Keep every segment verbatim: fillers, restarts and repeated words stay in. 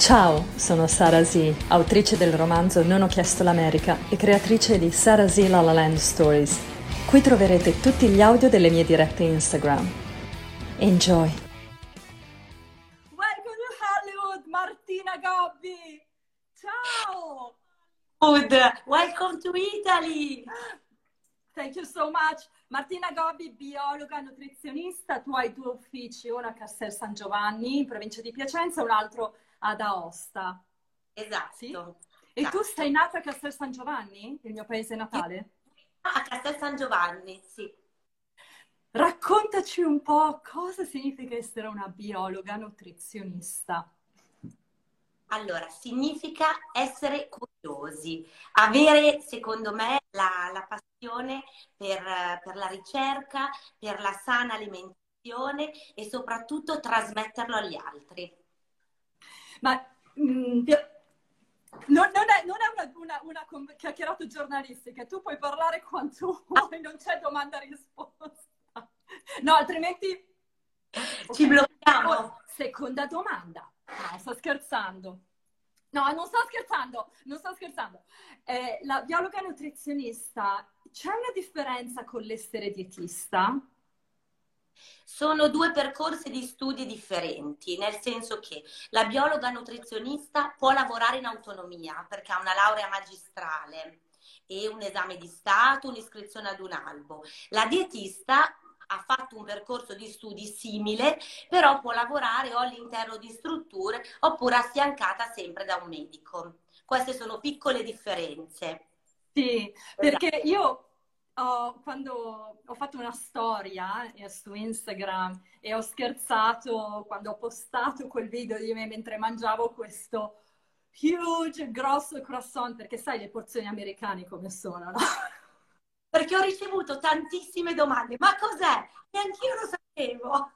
Ciao, sono Sara Z, autrice del romanzo Non ho chiesto l'America e creatrice di Sara Z La La Land Stories. Qui troverete tutti gli audio delle mie dirette Instagram. Enjoy! Welcome to Hollywood, Martina Gobbi! Ciao! Good. Welcome to Italy! Thank you so much. Martina Gobbi, biologa, nutrizionista, tu hai due uffici, uno a Castel San Giovanni, in provincia di Piacenza, e un altro ad Aosta. Esatto. Sì? Esatto. E tu sei nata a Castel San Giovanni, il mio paese natale? A Castel San Giovanni, sì. Raccontaci un po' cosa significa essere una biologa nutrizionista. Allora, significa essere curiosi, avere, secondo me, la, la passione per, per la ricerca, per la sana alimentazione e soprattutto trasmetterlo agli altri. Ma mh, non, non è, non è una, una, una chiacchierata giornalistica, tu puoi parlare quanto vuoi, non c'è domanda-risposta. No, altrimenti... Ci Okay. blocchiamo. Seconda domanda. No, sto scherzando. No, non sto scherzando, non sto scherzando. Eh, la biologa nutrizionista, c'è una differenza con l'essere dietista? Sono due percorsi di studi differenti, nel senso che la biologa nutrizionista può lavorare in autonomia perché ha una laurea magistrale e un esame di stato, un'iscrizione ad un albo. La dietista ha fatto un percorso di studi simile, però può lavorare o all'interno di strutture oppure affiancata sempre da un medico. Queste sono piccole differenze. Sì, perché io ho, quando ho fatto una storia eh, su Instagram e ho scherzato quando ho postato quel video di me mentre mangiavo questo huge, grosso croissant, perché sai le porzioni americane come sono, no? Perché ho ricevuto tantissime domande. Ma cos'è? E anch'io lo sapevo.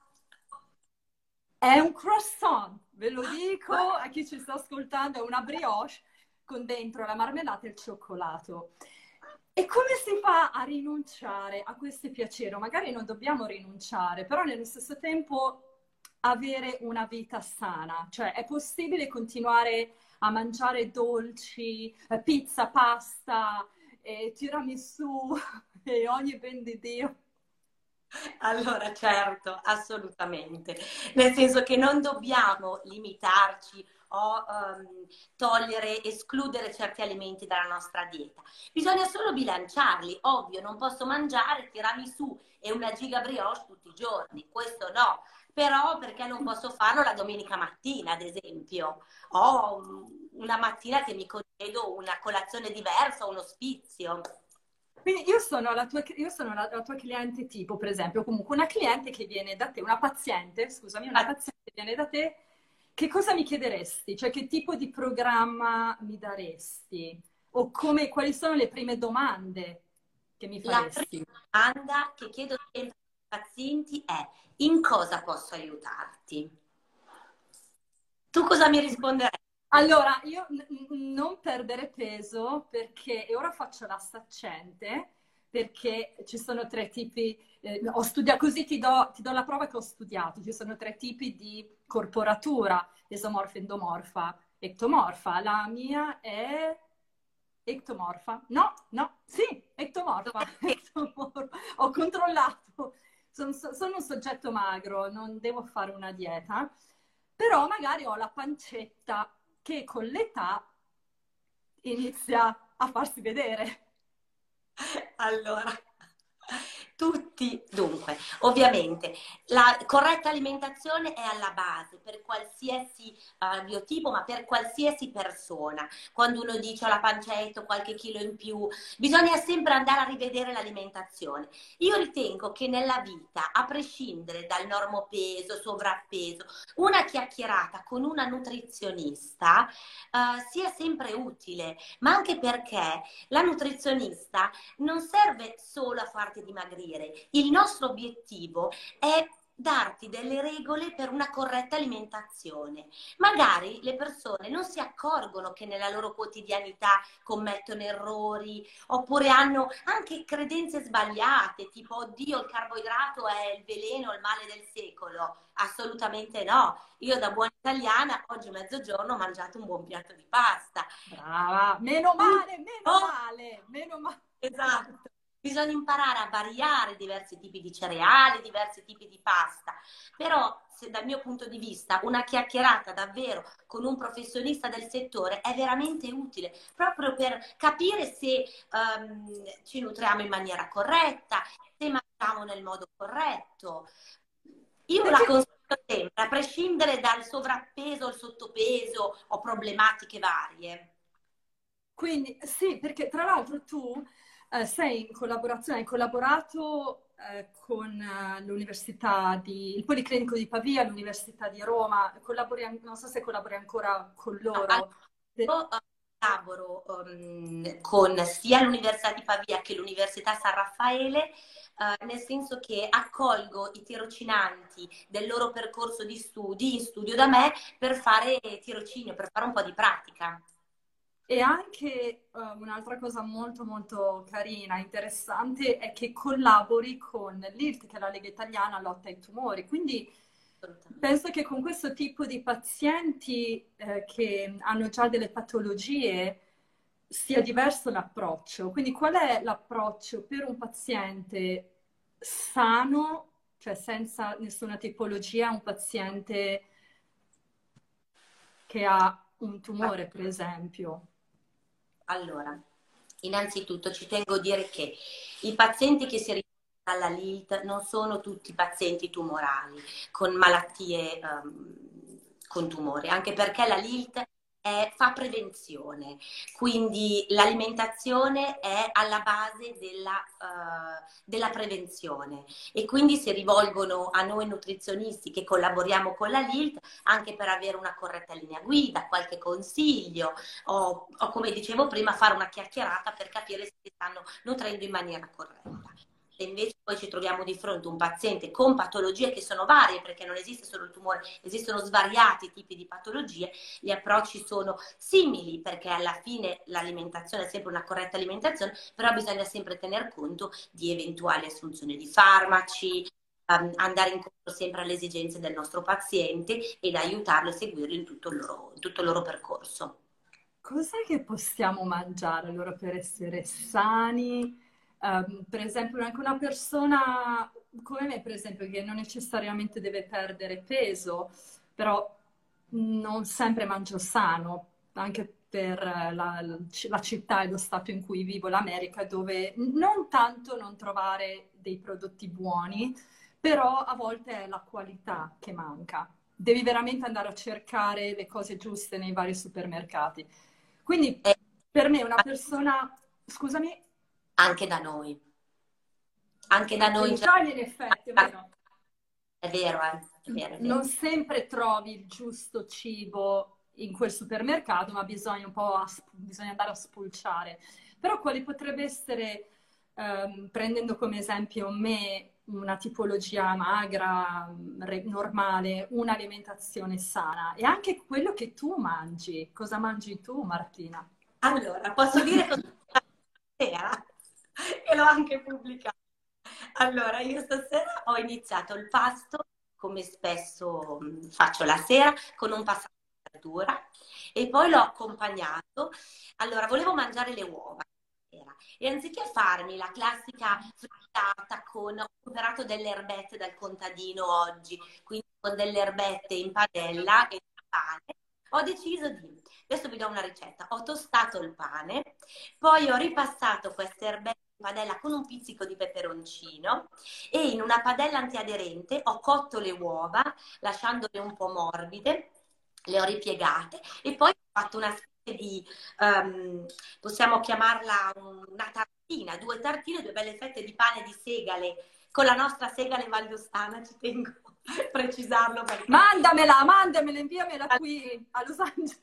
È un croissant, ve lo dico a chi ci sta ascoltando, è una brioche con dentro la marmellata e il cioccolato. E come si fa a rinunciare a questi piaceri? Magari non dobbiamo rinunciare, però nello stesso tempo avere una vita sana. Cioè è possibile continuare a mangiare dolci, pizza, pasta, e tiramisù e ogni ben di Dio? Allora, certo, assolutamente. Nel senso che non dobbiamo limitarci o um, togliere, escludere certi alimenti dalla nostra dieta. Bisogna solo bilanciarli. Ovvio, non posso mangiare tiramisù e una giga brioche tutti i giorni, questo no. Però perché non posso farlo la domenica mattina, ad esempio? O um, una mattina che mi concedo una colazione diversa, uno sfizio. Quindi io sono la tua, io sono la, la tua cliente tipo, per esempio, comunque una cliente che viene da te, una paziente, scusami, una paziente che viene da te, che cosa mi chiederesti? Cioè che tipo di programma mi daresti? O come, quali sono le prime domande che mi La faresti? prima domanda che chiedo sempre ai pazienti è: in cosa posso aiutarti? Tu cosa mi risponderai? Allora, io n- non perdere peso perché, e ora faccio la saccente, perché ci sono tre tipi, eh, ho studiato, così ti do, ti do la prova che ho studiato, ci sono tre tipi di corporatura, esomorfa, endomorfa, ectomorfa. La mia è ectomorfa. No, no, sì, ectomorfa. ectomorfa. Ho controllato, sono, sono un soggetto magro, non devo fare una dieta, però magari ho la pancetta che con l'età inizia a farsi vedere. Allora, tutti, dunque, ovviamente, la corretta alimentazione è alla base per qualsiasi uh, biotipo, ma per qualsiasi persona. Quando uno dice ho la pancetta, ho qualche chilo in più, bisogna sempre andare a rivedere l'alimentazione. Io ritengo che nella vita, a prescindere dal normopeso, sovrappeso, una chiacchierata con una nutrizionista uh, sia sempre utile, ma anche perché la nutrizionista non serve solo a farti dimagrire. Il nostro obiettivo è darti delle regole per una corretta alimentazione. Magari le persone non si accorgono che nella loro quotidianità commettono errori, oppure hanno anche credenze sbagliate, tipo oddio il carboidrato è il veleno, il male del secolo. Assolutamente no. Io da buona italiana oggi a mezzogiorno ho mangiato un buon piatto di pasta. Brava, meno male, meno Oh, male, meno male. esatto. Bisogna imparare a variare diversi tipi di cereali, diversi tipi di pasta. Però, se dal mio punto di vista, una chiacchierata davvero con un professionista del settore è veramente utile, proprio per capire se um, ci nutriamo in maniera corretta, se mangiamo nel modo corretto. Io la Perché consiglio sempre, a prescindere dal sovrappeso o il sottopeso o problematiche varie. quindi sì, perché tra l'altro tu eh, sei in collaborazione, hai collaborato eh, con eh, l'Università di, il Policlinico di Pavia, l'Università di Roma, collabori, an- non so se collabori ancora con No, loro. De- io eh, collaboro um, con sia l'Università di Pavia che l'Università San Raffaele, eh, nel senso che accolgo i tirocinanti del loro percorso di studi in studio da me per fare tirocinio, per fare un po' di pratica. E anche eh, un'altra cosa molto molto carina, interessante, è che collabori con l'I L T, che è la Lega Italiana Lotta ai Tumori. Quindi Assolutamente. penso che con questo tipo di pazienti eh, che hanno già delle patologie sia diverso l'approccio. Quindi qual è l'approccio per un paziente sano, cioè senza nessuna tipologia, un paziente che ha un tumore, per esempio? Allora, innanzitutto ci tengo a dire che i pazienti che si rivolgono alla L I L T non sono tutti pazienti tumorali con malattie ehm, con tumore, anche perché la L I L T è- fa prevenzione, quindi l'alimentazione è alla base della, eh, della prevenzione e quindi si rivolgono a noi nutrizionisti che collaboriamo con la L I L T anche per avere una corretta linea guida, qualche consiglio o, o come dicevo prima fare una chiacchierata per capire se si stanno nutrendo in maniera corretta. Se invece poi ci troviamo di fronte a un paziente con patologie che sono varie, perché non esiste solo il tumore, esistono svariati tipi di patologie, gli approcci sono simili, perché alla fine l'alimentazione è sempre una corretta alimentazione, però bisogna sempre tener conto di eventuali assunzioni di farmaci, um, andare incontro sempre alle esigenze del nostro paziente ed aiutarlo e seguirlo in tutto il loro, in tutto il loro percorso. Cos'è che possiamo mangiare allora per essere sani? Ehm, per esempio, anche una persona come me, per esempio, che non necessariamente deve perdere peso, però non sempre mangio sano, anche per eh, la, la città e lo stato in cui vivo, l'America, dove non tanto non trovare dei prodotti buoni, però a volte è la qualità che manca. Devi veramente andare a cercare le cose giuste nei vari supermercati. Quindi E per me una persona, scusami, anche da noi, anche da in noi in Italia in effetti, è generale, vero, è vero, eh? È vero, è vero. non sempre trovi il giusto cibo in quel supermercato, ma bisogna un po' a- bisogna andare a spulciare. Però quali potrebbe essere, ehm, prendendo come esempio me, una tipologia magra, re- normale, un'alimentazione sana e anche quello che tu mangi. Cosa mangi tu, Martina? Allora, posso dire cosa stasera? E l'ho anche pubblicato. Allora, io stasera ho iniziato il pasto, come spesso mh, faccio la sera, con un passato di verdura e poi l'ho accompagnato. Allora, volevo mangiare le uova stasera, e anziché farmi la classica frittata con, ho comprato delle erbette dal contadino oggi, quindi con delle erbette in padella e pane, ho deciso di, adesso vi do una ricetta, ho tostato il pane, poi ho ripassato queste erbette in padella con un pizzico di peperoncino e in una padella antiaderente ho cotto le uova lasciandole un po' morbide, le ho ripiegate e poi ho fatto una specie di, um, possiamo chiamarla una tartina, due tartine, due belle fette di pane di segale con la nostra segale valdostana, ci tengo a precisarlo perché... Mandamela, mandamela, inviamela qui a Los Angeles.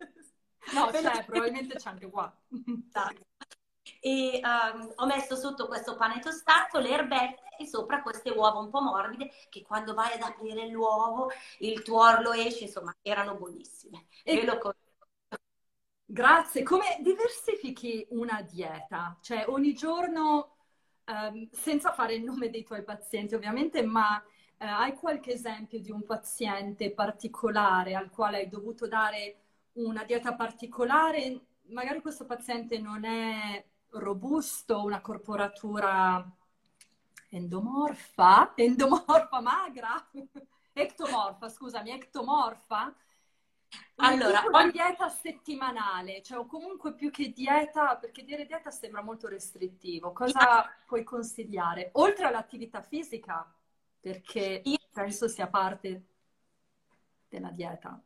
No, Ve lo c'è, probabilmente c'è anche qua. e um, ho messo sotto questo pane tostato le erbette e sopra queste uova un po' morbide che quando vai ad aprire l'uovo il tuorlo esce, insomma, erano buonissime. E... Ve lo consiglio. Grazie. Come diversifichi una dieta? Cioè ogni giorno, ehm, senza fare il nome dei tuoi pazienti ovviamente, ma eh, hai qualche esempio di un paziente particolare al quale hai dovuto dare una dieta particolare? Magari questo paziente non è robusto, una corporatura endomorfa, endomorfa magra, ectomorfa, scusami, ectomorfa. Un Allora, tipo di ogni... dieta settimanale, cioè o comunque più che dieta, perché dire dieta sembra molto restrittivo. Cosa puoi consigliare? Oltre all'attività fisica, perché io penso sia parte della dieta.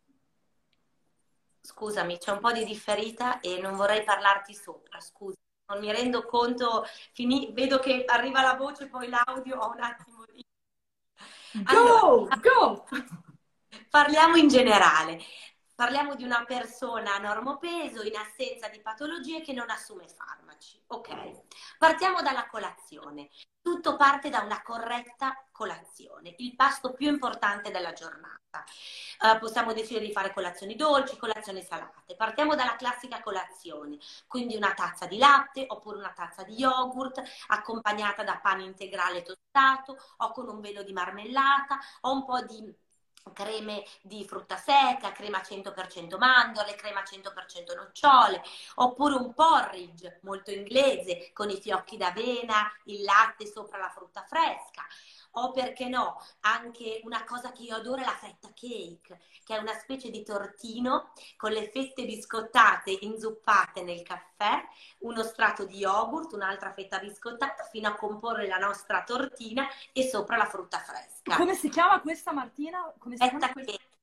Scusami, c'è un po' di differita e non vorrei parlarti sopra, scusa, non mi rendo conto, fini- vedo che arriva la voce, poi l'audio, ho un attimo di... Allora, Go! Go! parliamo in generale. Parliamo di una persona a normopeso, in assenza di patologie, che non assume farmaci. Ok, partiamo dalla colazione. Tutto parte da una corretta colazione, il pasto più importante della giornata. Uh, possiamo decidere di fare colazioni dolci, colazioni salate. Partiamo dalla classica colazione, quindi una tazza di latte oppure una tazza di yogurt accompagnata da pane integrale tostato o con un velo di marmellata o un po' di creme di frutta secca, crema cento per cento mandorle, crema cento per cento nocciole, oppure un porridge molto inglese con i fiocchi d'avena, il latte sopra la frutta fresca. O perché no, anche una cosa che io adoro è la fetta cake, che è una specie di tortino con le fette biscottate inzuppate nel caffè, uno strato di yogurt, un'altra fetta biscottata, fino a comporre la nostra tortina e sopra la frutta fresca. Come si chiama questa, Martina? Come si Fetta chiama questa? cake.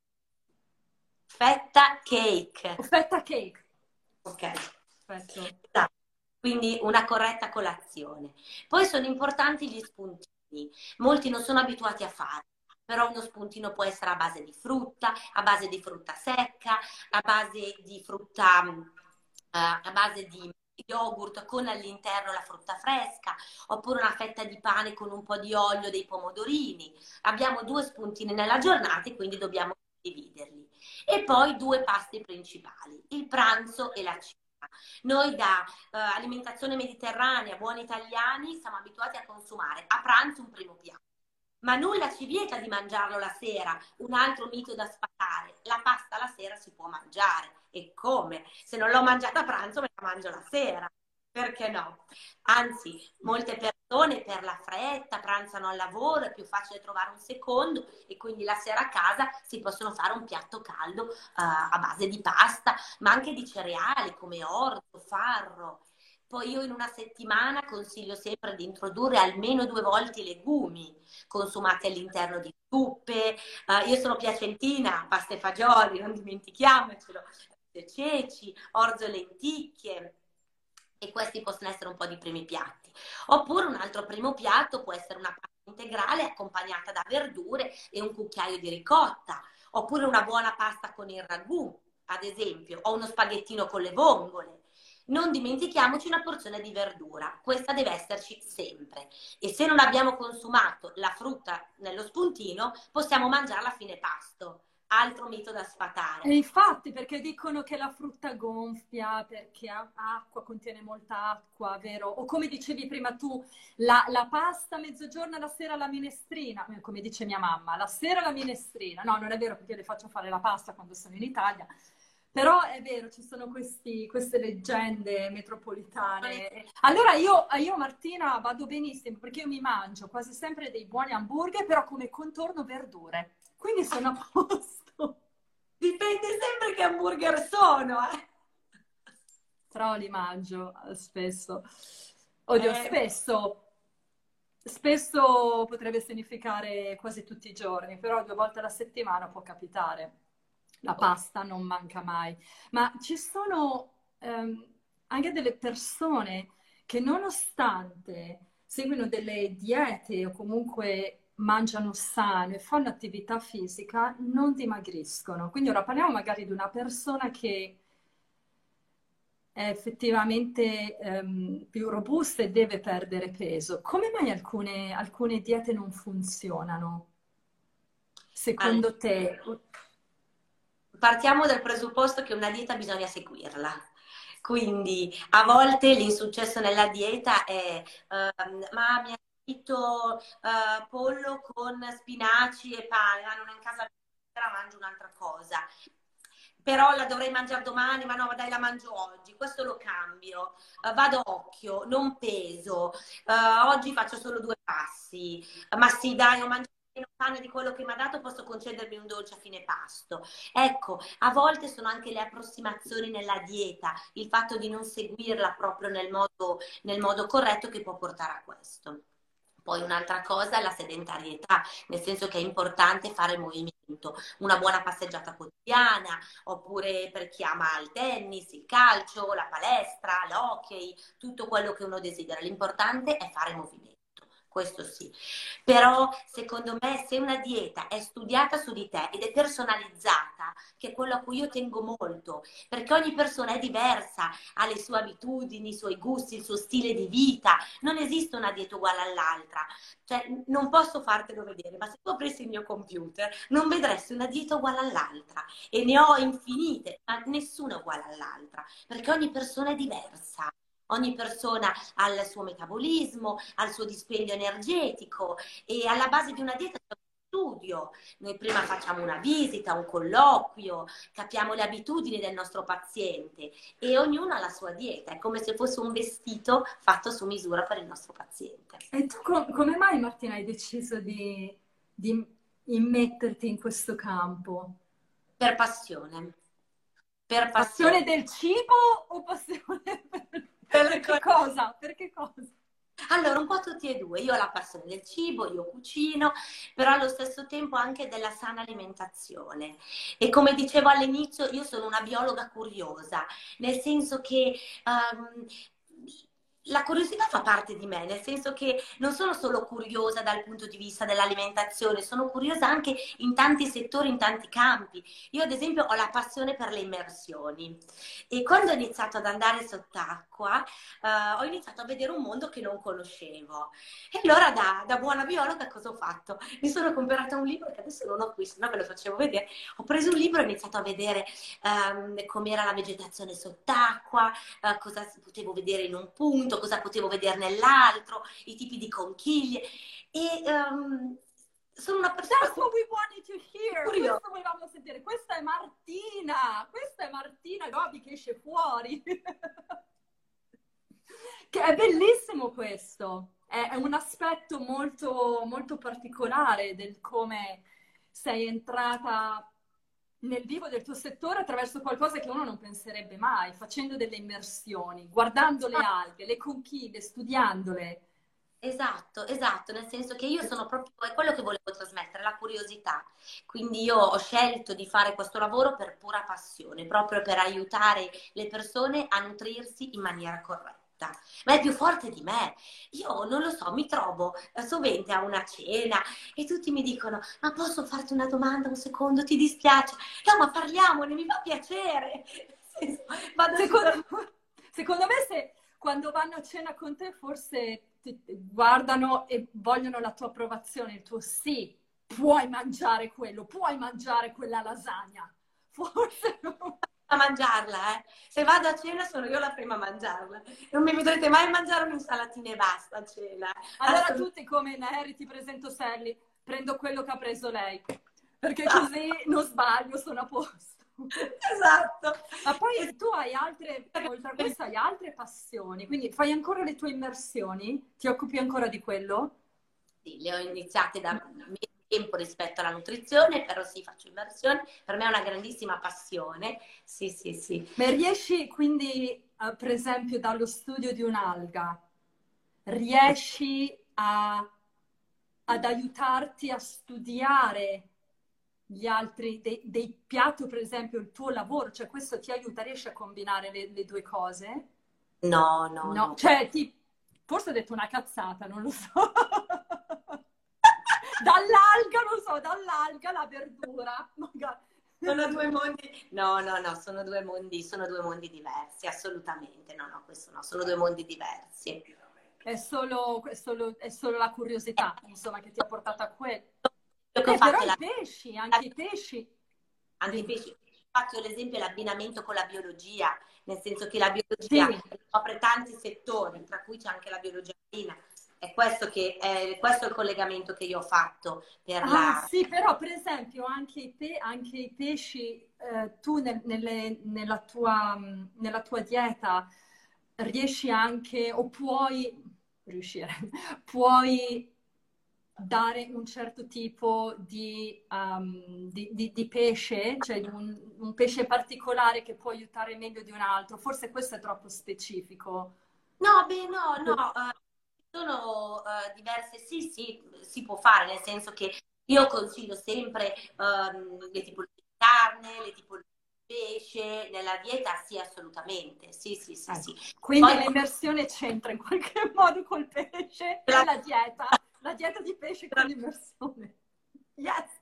Fetta cake. Oh, fetta cake. Ok. Perfetto. Esatto. Quindi una corretta colazione. Poi sono importanti gli spuntini. Molti non sono abituati a fare, però uno spuntino può essere a base di frutta, a base di frutta secca, a base di frutta, uh, a base di yogurt con all'interno la frutta fresca, oppure una fetta di pane con un po' di olio, dei pomodorini. Abbiamo due spuntini nella giornata e quindi dobbiamo dividerli. E poi due pasti principali, il pranzo e la cena. Noi da uh, alimentazione mediterranea, buoni italiani, siamo abituati a consumare a pranzo un primo piatto, ma nulla ci vieta di mangiarlo la sera. Un altro mito da sfatare: la pasta la sera si può mangiare. E come? Se non l'ho mangiata a pranzo me la mangio la sera. Perché no? Anzi, molte persone per la fretta pranzano al lavoro, è più facile trovare un secondo e quindi la sera a casa si possono fare un piatto caldo uh, a base di pasta, ma anche di cereali come orzo, farro. Poi io in una settimana consiglio sempre di introdurre almeno due volte i legumi consumati all'interno di zuppe. Uh, io sono piacentina, pasta e fagioli, non dimentichiamocelo, ceci, orzo e lenticchie. E questi possono essere un po' di primi piatti. Oppure un altro primo piatto può essere una pasta integrale accompagnata da verdure e un cucchiaio di ricotta, oppure una buona pasta con il ragù, ad esempio, o uno spaghettino con le vongole. Non dimentichiamoci una porzione di verdura, questa deve esserci sempre. E se non abbiamo consumato la frutta nello spuntino, possiamo mangiarla a fine pasto. Altro mito da sfatare. E infatti, perché dicono che la frutta gonfia, perché ha acqua, contiene molta acqua, vero? O come dicevi prima tu, la, la pasta a mezzogiorno, la sera la minestrina, come dice mia mamma, la sera la minestrina. No, non è vero, perché io le faccio fare la pasta quando sono in Italia. Però è vero, ci sono questi, queste leggende metropolitane. Allora io, io, Martina, vado benissimo, perché io mi mangio quasi sempre dei buoni hamburger, però come contorno verdure. Quindi sono a posto. Dipende sempre che hamburger sono, eh. Però li mangio spesso. Oddio, Eh. spesso. Spesso potrebbe significare quasi tutti i giorni, però due volte alla settimana può capitare. La pasta non manca mai. Ma ci sono ehm, anche delle persone che nonostante seguono delle diete o comunque mangiano sano e fanno attività fisica, non dimagriscono. Quindi ora parliamo magari di una persona che è effettivamente ehm, più robusta e deve perdere peso. Come mai alcune, alcune diete non funzionano? Allora, Secondo te? partiamo dal presupposto che una dieta bisogna seguirla. Quindi a volte l'insuccesso nella dieta è ehm, ma mi ha scritto eh, pollo con spinaci e pane, ma non è in casa mia, mangio un'altra cosa. Però la dovrei mangiare domani, ma no, ma dai, la mangio oggi, questo lo cambio. Eh, vado a occhio, non peso. Eh, oggi faccio solo due passi, ma sì, dai, ho mangiato meno pane di quello che mi ha dato, posso concedermi un dolce a fine pasto. Ecco, a volte sono anche le approssimazioni nella dieta, il fatto di non seguirla proprio nel modo, nel modo corretto che può portare a questo. Poi un'altra cosa è la sedentarietà, nel senso che è importante fare movimento, una buona passeggiata quotidiana, oppure per chi ama il tennis, il calcio, la palestra, l'hockey, tutto quello che uno desidera. L'importante è fare movimento. Questo sì, però secondo me se una dieta è studiata su di te ed è personalizzata, che è quello a cui io tengo molto, perché ogni persona è diversa, ha le sue abitudini, i suoi gusti, il suo stile di vita, non esiste una dieta uguale all'altra, cioè non posso fartelo vedere, ma se tu aprissi il mio computer non vedresti una dieta uguale all'altra e ne ho infinite, ma nessuna è uguale all'altra, perché ogni persona è diversa. Ogni persona ha il suo metabolismo, ha il suo dispendio energetico e alla base di una dieta c'è uno studio. Noi prima facciamo una visita, un colloquio, capiamo le abitudini del nostro paziente e ognuno ha la sua dieta. È come se fosse un vestito fatto su misura per il nostro paziente. E tu com- come mai, Martina, hai deciso di, di immetterti in questo campo? Per passione. Per Passione passione. del cibo o passione per, per che cosa? Per che cosa? Allora, un po' tutti e due. Io ho la passione del cibo, io cucino, però allo stesso tempo anche della sana alimentazione. E come dicevo all'inizio, io sono una biologa curiosa, nel senso che um, la curiosità fa parte di me, nel senso che non sono solo curiosa dal punto di vista dell'alimentazione, sono curiosa anche in tanti settori, in tanti campi. Io ad esempio ho la passione per le immersioni e quando ho iniziato ad andare sott'acqua eh, ho iniziato a vedere un mondo che non conoscevo. E allora da, da buona biologa cosa ho fatto? Mi sono comprata un libro che adesso non ho qui, se no ve lo facevo vedere. Ho preso un libro e ho iniziato a vedere ehm, com'era la vegetazione sott'acqua, eh, cosa potevo vedere in un punto, cosa potevo vedere nell'altro, i tipi di conchiglie. E um, sono una persona... That's what we wanted to hear! Curiosa. Questo volevamo sentire. Questa è Martina! Questa è Martina Gobi che esce fuori! Che è bellissimo questo! È, è un aspetto molto, molto particolare del come sei entrata nel vivo del tuo settore attraverso qualcosa che uno non penserebbe mai, facendo delle immersioni, guardando le alghe, le conchiglie, studiandole. Esatto, esatto, nel senso che io sono proprio, è quello che volevo trasmettere, la curiosità. Quindi io ho scelto di fare questo lavoro per pura passione, proprio per aiutare le persone a nutrirsi in maniera corretta. Ma è più forte di me. Io non lo so, mi trovo sovente a una cena e tutti mi dicono: ma posso farti una domanda un secondo? Ti dispiace? No, ma parliamone, mi fa piacere. Vado Secondo, super... secondo me se quando vanno a cena con te forse ti guardano e vogliono la tua approvazione, il tuo sì, puoi mangiare quello, puoi mangiare quella lasagna. Forse no. A mangiarla, eh. Se vado a cena sono io la prima a mangiarla. Non mi vedrete mai mangiare un'insalatina e basta a cena. Allora tutti come Neri, ti presento Sally, prendo quello che ha preso lei, perché così non sbaglio, sono a posto. Esatto. Ma poi tu hai altre, oltre a questo hai altre passioni, quindi fai ancora le tue immersioni? Ti occupi ancora di quello? Sì, le ho iniziate da meno tempo rispetto alla nutrizione, però sì, faccio immersioni, per me è una grandissima passione. Sì, sì, sì. Ma riesci quindi, eh, per esempio, dallo studio di un'alga, riesci a, ad aiutarti a studiare gli altri, dei, dei piatti, per esempio, il tuo lavoro, cioè questo ti aiuta, riesci a combinare le, le due cose? No, no, No, no. cioè, ti, forse ho detto una cazzata, non lo so. Dall'alga, non so, dall'alga la verdura, magari. Sono due mondi, no, no, no, sono due mondi, sono due mondi diversi, assolutamente, no, no, questo no, sono due mondi diversi. È solo, è solo, è solo la curiosità, insomma, che ti ha portato a quello. Quello che ho Eh, però fatto è i la... pesci, anche i pesci. anche i Dimmi. pesci. Infatti, io l'esempio è l'abbinamento con la biologia, nel senso che la biologia Sì. copre tanti settori, tra cui c'è anche la biologia marina. È questo, che, è, questo è il collegamento che io ho fatto per Ah, la... sì, però per esempio anche i, pe- anche i pesci, eh, tu nel- nelle- nella tua, mh, nella tua dieta riesci anche, o puoi riuscire, puoi dare un certo tipo di, um, di- di- di pesce, cioè di un, un pesce particolare che può aiutare meglio di un altro. Forse questo è troppo specifico. No, beh, no, no, eh, sono eh, diverse, sì, sì, si può fare, nel senso che io consiglio sempre ehm, le tipologie di carne, le tipologie di pesce, nella dieta sì, assolutamente, sì, sì, sì, Ecco. sì. Quindi Poi l'immersione c'entra in qualche modo col pesce e la- la dieta, la dieta di pesce con l'immersione. Yes!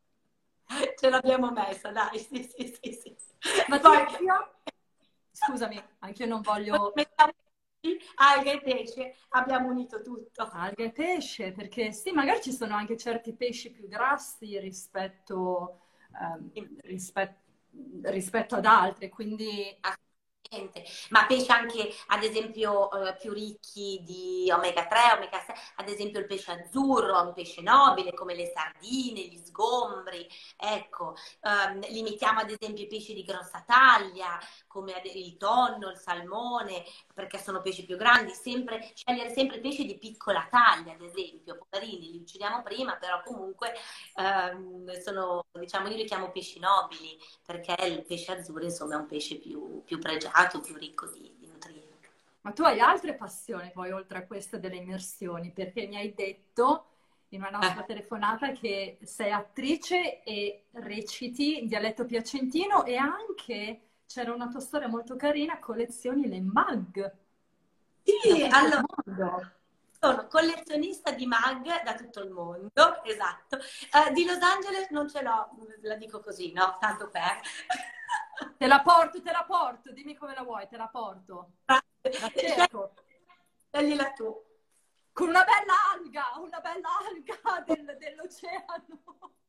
ce l'abbiamo messa, dai, sì, sì, sì, sì. Ma ti Poi io, scusami, anche io non voglio mettiamo alghe e pesce, abbiamo unito tutto. alghe e pesce, perché sì, magari ci sono anche certi pesci più grassi rispetto, ehm, rispet- rispetto ad altri, quindi Assolutamente. Ma pesci anche, ad esempio, eh, più ricchi di omega tre, omega sei, ad esempio il pesce azzurro, un pesce nobile come le sardine, gli sgombri, ecco, ehm, limitiamo ad esempio i pesci di grossa taglia, come ad- il tonno, il salmone, perché sono pesci più grandi, sempre, scegliere sempre pesci di piccola taglia, ad esempio, poverini, li uccidiamo prima, però comunque ehm, sono, diciamo, io li chiamo pesci nobili perché il pesce azzurro insomma è un pesce più, più pregiato, più ricco di, di nutrienti. ma tu hai altre passioni poi oltre a queste delle immersioni, perché mi hai detto in una nostra Eh, telefonata che sei attrice e reciti in dialetto piacentino e anche c'era una tua storia molto carina, collezioni le mug da sì, tutto il allora mondo. sono collezionista di mug da tutto il mondo, esatto. Eh, di Los Angeles non ce l'ho, la dico così, no? Tanto per. Te la porto, te la porto, dimmi come la vuoi, te la porto. La cerco. Sceglila tu. Con una bella alga, una bella alga del- dell'oceano.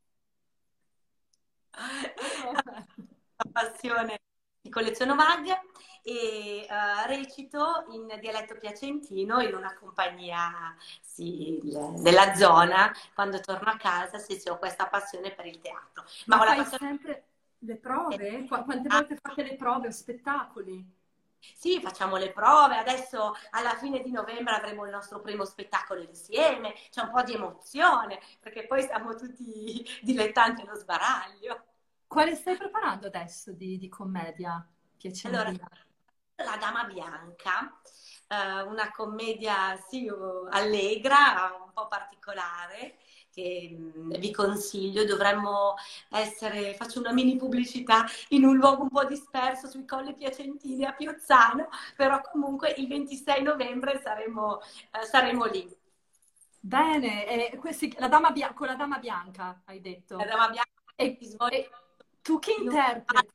La passione di colleziono mag e uh, recito in dialetto piacentino in una compagnia sì, della zona quando torno a casa se sì, ho questa passione per il teatro. Ma Ma ho la fai passione sempre le prove? Qu- Quante per volte fate le prove o spettacoli? sì, facciamo le prove, adesso alla fine di novembre avremo il nostro primo spettacolo insieme, c'è un po' di emozione, perché poi siamo tutti dilettanti allo sbaraglio. Quale stai preparando adesso di, di commedia Allora, piacentina? La Dama Bianca, eh, una commedia sì, allegra, un po' particolare, che mh, vi consiglio. Dovremmo essere, faccio una mini pubblicità, in un luogo un po' disperso sui Colli Piacentini a Piozzano, però comunque il ventisei novembre saremo, eh, saremo lì. Bene, e questi- la dama bia- con la dama bianca, hai La detto. Dama Bianca si E, svolge e tu chi in un... interpreti?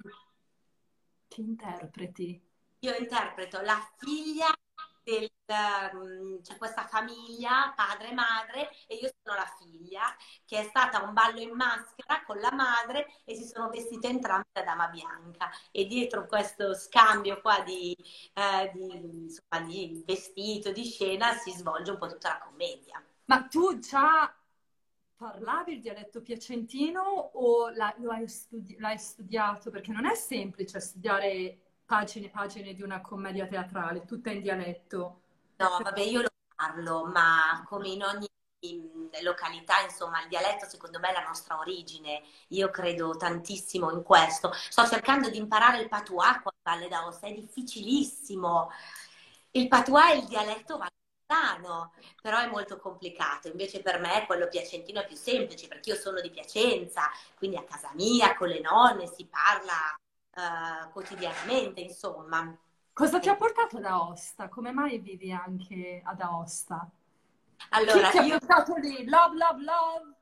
Chi interpreti? Io interpreto la figlia del, um, c'è questa famiglia, padre e madre, e io sono la figlia, che è stata a un ballo in maschera con la madre e si sono vestite entrambe da dama bianca. E dietro questo scambio qua di, eh, di, insomma, di vestito, di scena, si svolge un po' tutta la commedia. Ma tu già parlavi il dialetto piacentino o la- lo hai studi- l'hai studiato? Perché non è semplice studiare pagine e pagine di una commedia teatrale, tutta in dialetto. No, vabbè, io lo parlo, ma come in ogni mh, località, insomma, il dialetto secondo me è la nostra origine. Io credo tantissimo in questo. Sto cercando di imparare il patois qua a Valle d'Aosta, è difficilissimo. Il patois è il dialetto valentano, però è molto complicato. Invece per me quello piacentino è più semplice, perché io sono di Piacenza, quindi a casa mia, con le nonne, si parla eh, quotidianamente, insomma. Cosa ti ha portato ad Aosta? Come mai vivi anche ad Aosta? Chi Allora, ti ha io portato lì? Love, love, love?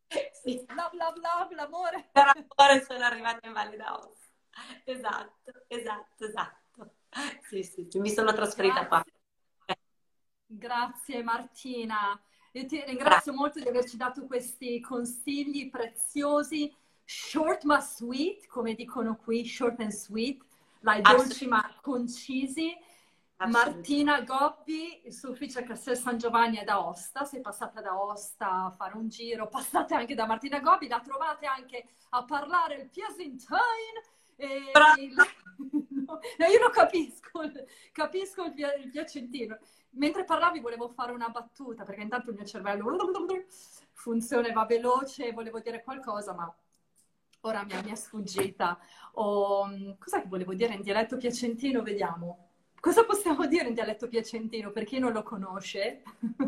Sì. Bla bla bla, l'amore. Per amore sono arrivata in Valle d'Aosta. Esatto, esatto, esatto. Sì, sì, sì, mi sono trasferita qua. Grazie, grazie Martina. Io ti Grazie. ringrazio molto di averci dato questi consigli preziosi, short ma sweet, come dicono qui, short and sweet, dai, dolci ma concisi. Martina Gobbi, il suo ufficio a Castel San Giovanni è d'Aosta, sei passata da Aosta a fare un giro, passate anche da Martina Gobbi, la trovate anche a parlare il Piesentine. E il... no, io lo capisco, capisco il, il piacentino. Mentre parlavi volevo fare una battuta, perché intanto il mio cervello funziona, va veloce, volevo dire qualcosa, ma ora mi è sfuggita. O, cos'è che volevo dire in dialetto piacentino? Vediamo. Cosa possiamo dire in dialetto piacentino per chi non lo conosce?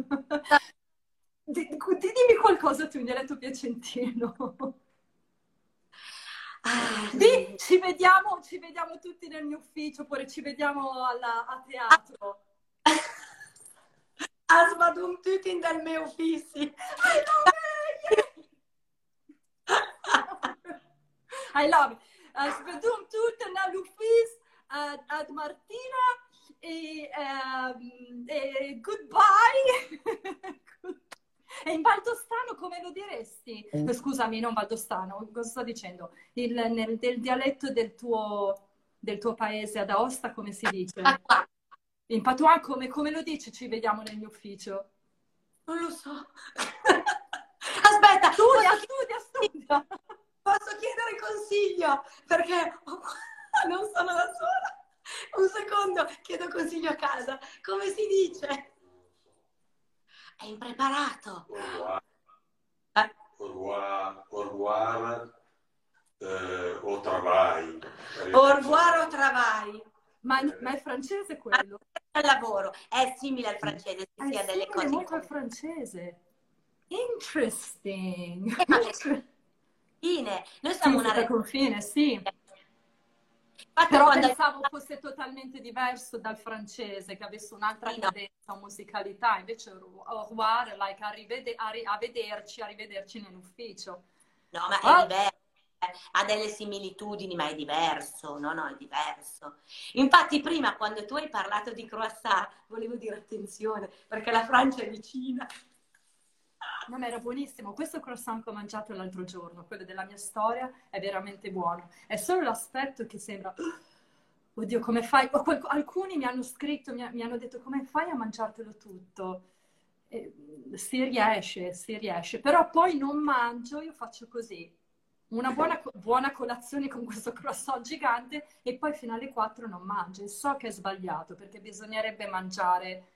Dimmi qualcosa tu in dialetto piacentino. Di, ci vediamo, ci vediamo tutti nel mio ufficio, oppure ci vediamo alla, a teatro. As vadum tutti nel mio ufficio. I love it. As vadum tutti nell'ufficio ad, ad Martina e, um, e goodbye. E in valdostano come lo diresti? Scusami, non valdostano, cosa sto dicendo? Il, nel, del dialetto del tuo, del tuo paese ad Aosta, come si dice? In patois, come, come lo dici? Ci vediamo nel mio ufficio. Non lo so. Aspetta, studia, posso studia, studia. Posso chiedere consiglio? Perché non sono da sola. Un secondo, chiedo consiglio a casa. Come si dice? È impreparato. Au Eh. revoir, au revoir, eh, au travail. Au revoir au travail. Ma, ma è francese quello? Al lavoro. È simile al francese, È si ha delle cose. È molto al francese. Interesting. Confine. Noi siamo sì, una re... confine, sì. Infatti, però quando... pensavo fosse totalmente diverso dal francese, che avesse un'altra sì, cadenza o musicalità, invece au revoir, like arrivede... a vederci, arrivederci nell'ufficio. No, ma oh. è diverso, ha delle similitudini, ma è diverso, no, no, è diverso. Infatti prima, quando tu hai parlato di croissant, volevo dire attenzione, perché la Francia è vicina. No, ma era buonissimo. Questo croissant che ho mangiato l'altro giorno, quello della mia storia, è veramente buono. È solo l'aspetto che sembra... Oddio, come fai? Alcuni mi hanno scritto, mi, hanno detto come fai a mangiartelo tutto? E, si riesce, si riesce. Però poi non mangio, io faccio così. Una buona, buona colazione con questo croissant gigante e poi fino alle quattro non mangio. E so che è sbagliato, perché bisognerebbe mangiare...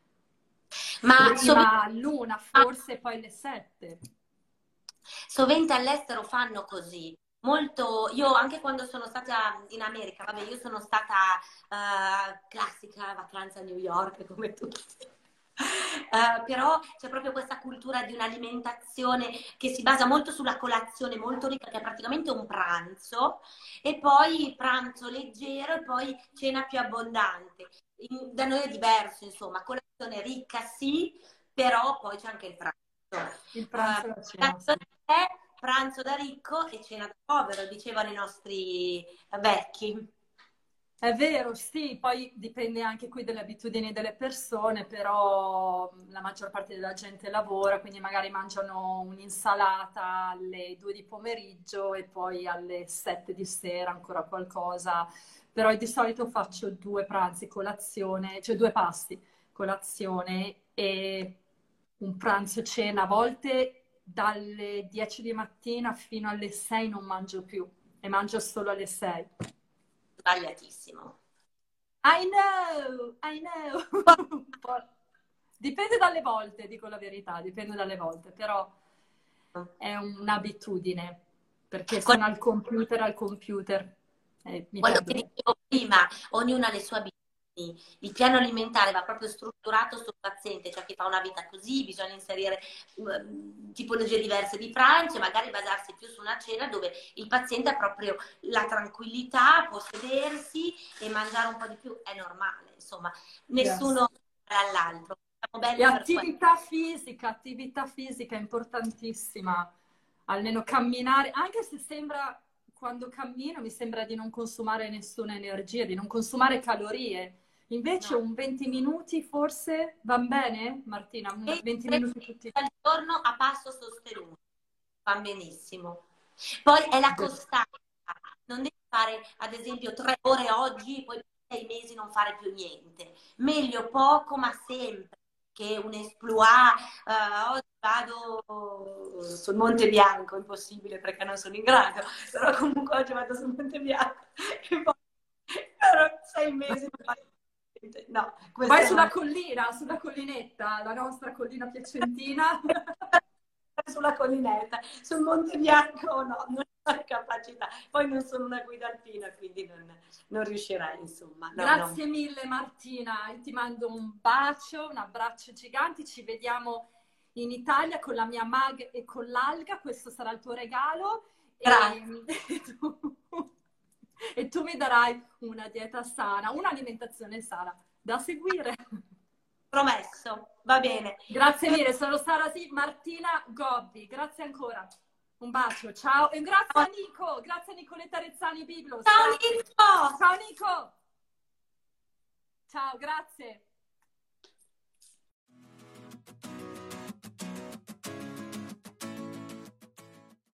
Ma prima l'una, forse, poi le sette. Sovente all'estero fanno così. Molto, io anche quando sono stata in America, vabbè, io sono stata uh, classica vacanza a New York, come tutti. Uh, però c'è proprio questa cultura di un'alimentazione che si basa molto sulla colazione molto ricca, che è praticamente un pranzo, e poi pranzo leggero e poi cena più abbondante. In, da noi è diverso, insomma, colazione ricca sì, però poi c'è anche il pranzo. Il pranzo, uh, cena, sì. È pranzo da ricco e cena da povero, dicevano i nostri vecchi. È vero, sì, poi dipende anche qui dalle abitudini delle persone, però la maggior parte della gente lavora, quindi magari mangiano un'insalata alle due di pomeriggio e poi alle sette di sera ancora qualcosa. Però di solito faccio due pranzi, colazione, cioè due pasti, colazione e un pranzo e cena. A volte dalle dieci di mattina fino alle sei non mangio più e mangio solo alle sei. Sbagliatissimo. I know, I know. Dipende dalle volte, dico la verità, dipende dalle volte, però è un'abitudine, perché sono al computer, al computer. Eh, mi Quello perdo. che dicevo prima, ognuno ha le sue abitudini. Il piano alimentare va proprio strutturato sul paziente, cioè chi fa una vita così, bisogna inserire uh, tipologie diverse di pranzo e magari basarsi più su una cena dove il paziente ha proprio la tranquillità, può sedersi e mangiare un po' di più, è normale, insomma, nessuno yes. all'altro. E attività fisica, attività fisica importantissima. almeno camminare, anche se sembra, quando cammino mi sembra di non consumare nessuna energia, di non consumare calorie. Invece No. un venti minuti forse va bene, Martina? Un E venti minuti tutti. al giorno a passo sostenuto, va benissimo. Poi è la costanza, non devi fare ad esempio tre ore oggi, poi per sei mesi non fare più niente. Meglio poco ma sempre che un exploit. Uh, oggi vado sul Monte Bianco, impossibile perché non sono in grado, però comunque oggi vado sul Monte Bianco e poi per sei mesi non faccio niente. No, vai sulla non... collina, sulla collinetta, la nostra collina piacentina. Sulla collinetta, sul Monte Bianco no, non ho la capacità. Poi non sono una guida alpina, quindi non, non riuscirai, insomma. No, Grazie no. mille Martina, io ti mando un bacio, un abbraccio gigante, ci vediamo in Italia con la mia mag e con l'alga, questo sarà il tuo regalo. Grazie. E, e, tu, e tu mi darai una dieta sana, un'alimentazione sana da seguire. Promesso, va bene. Grazie mille, sono Sara sì, Martina Gobbi, grazie ancora. Un bacio, ciao. E grazie a Nico, grazie a Nicoletta Rezzani Biblos. Ciao grazie. Nico! Ciao Nico! Ciao, grazie.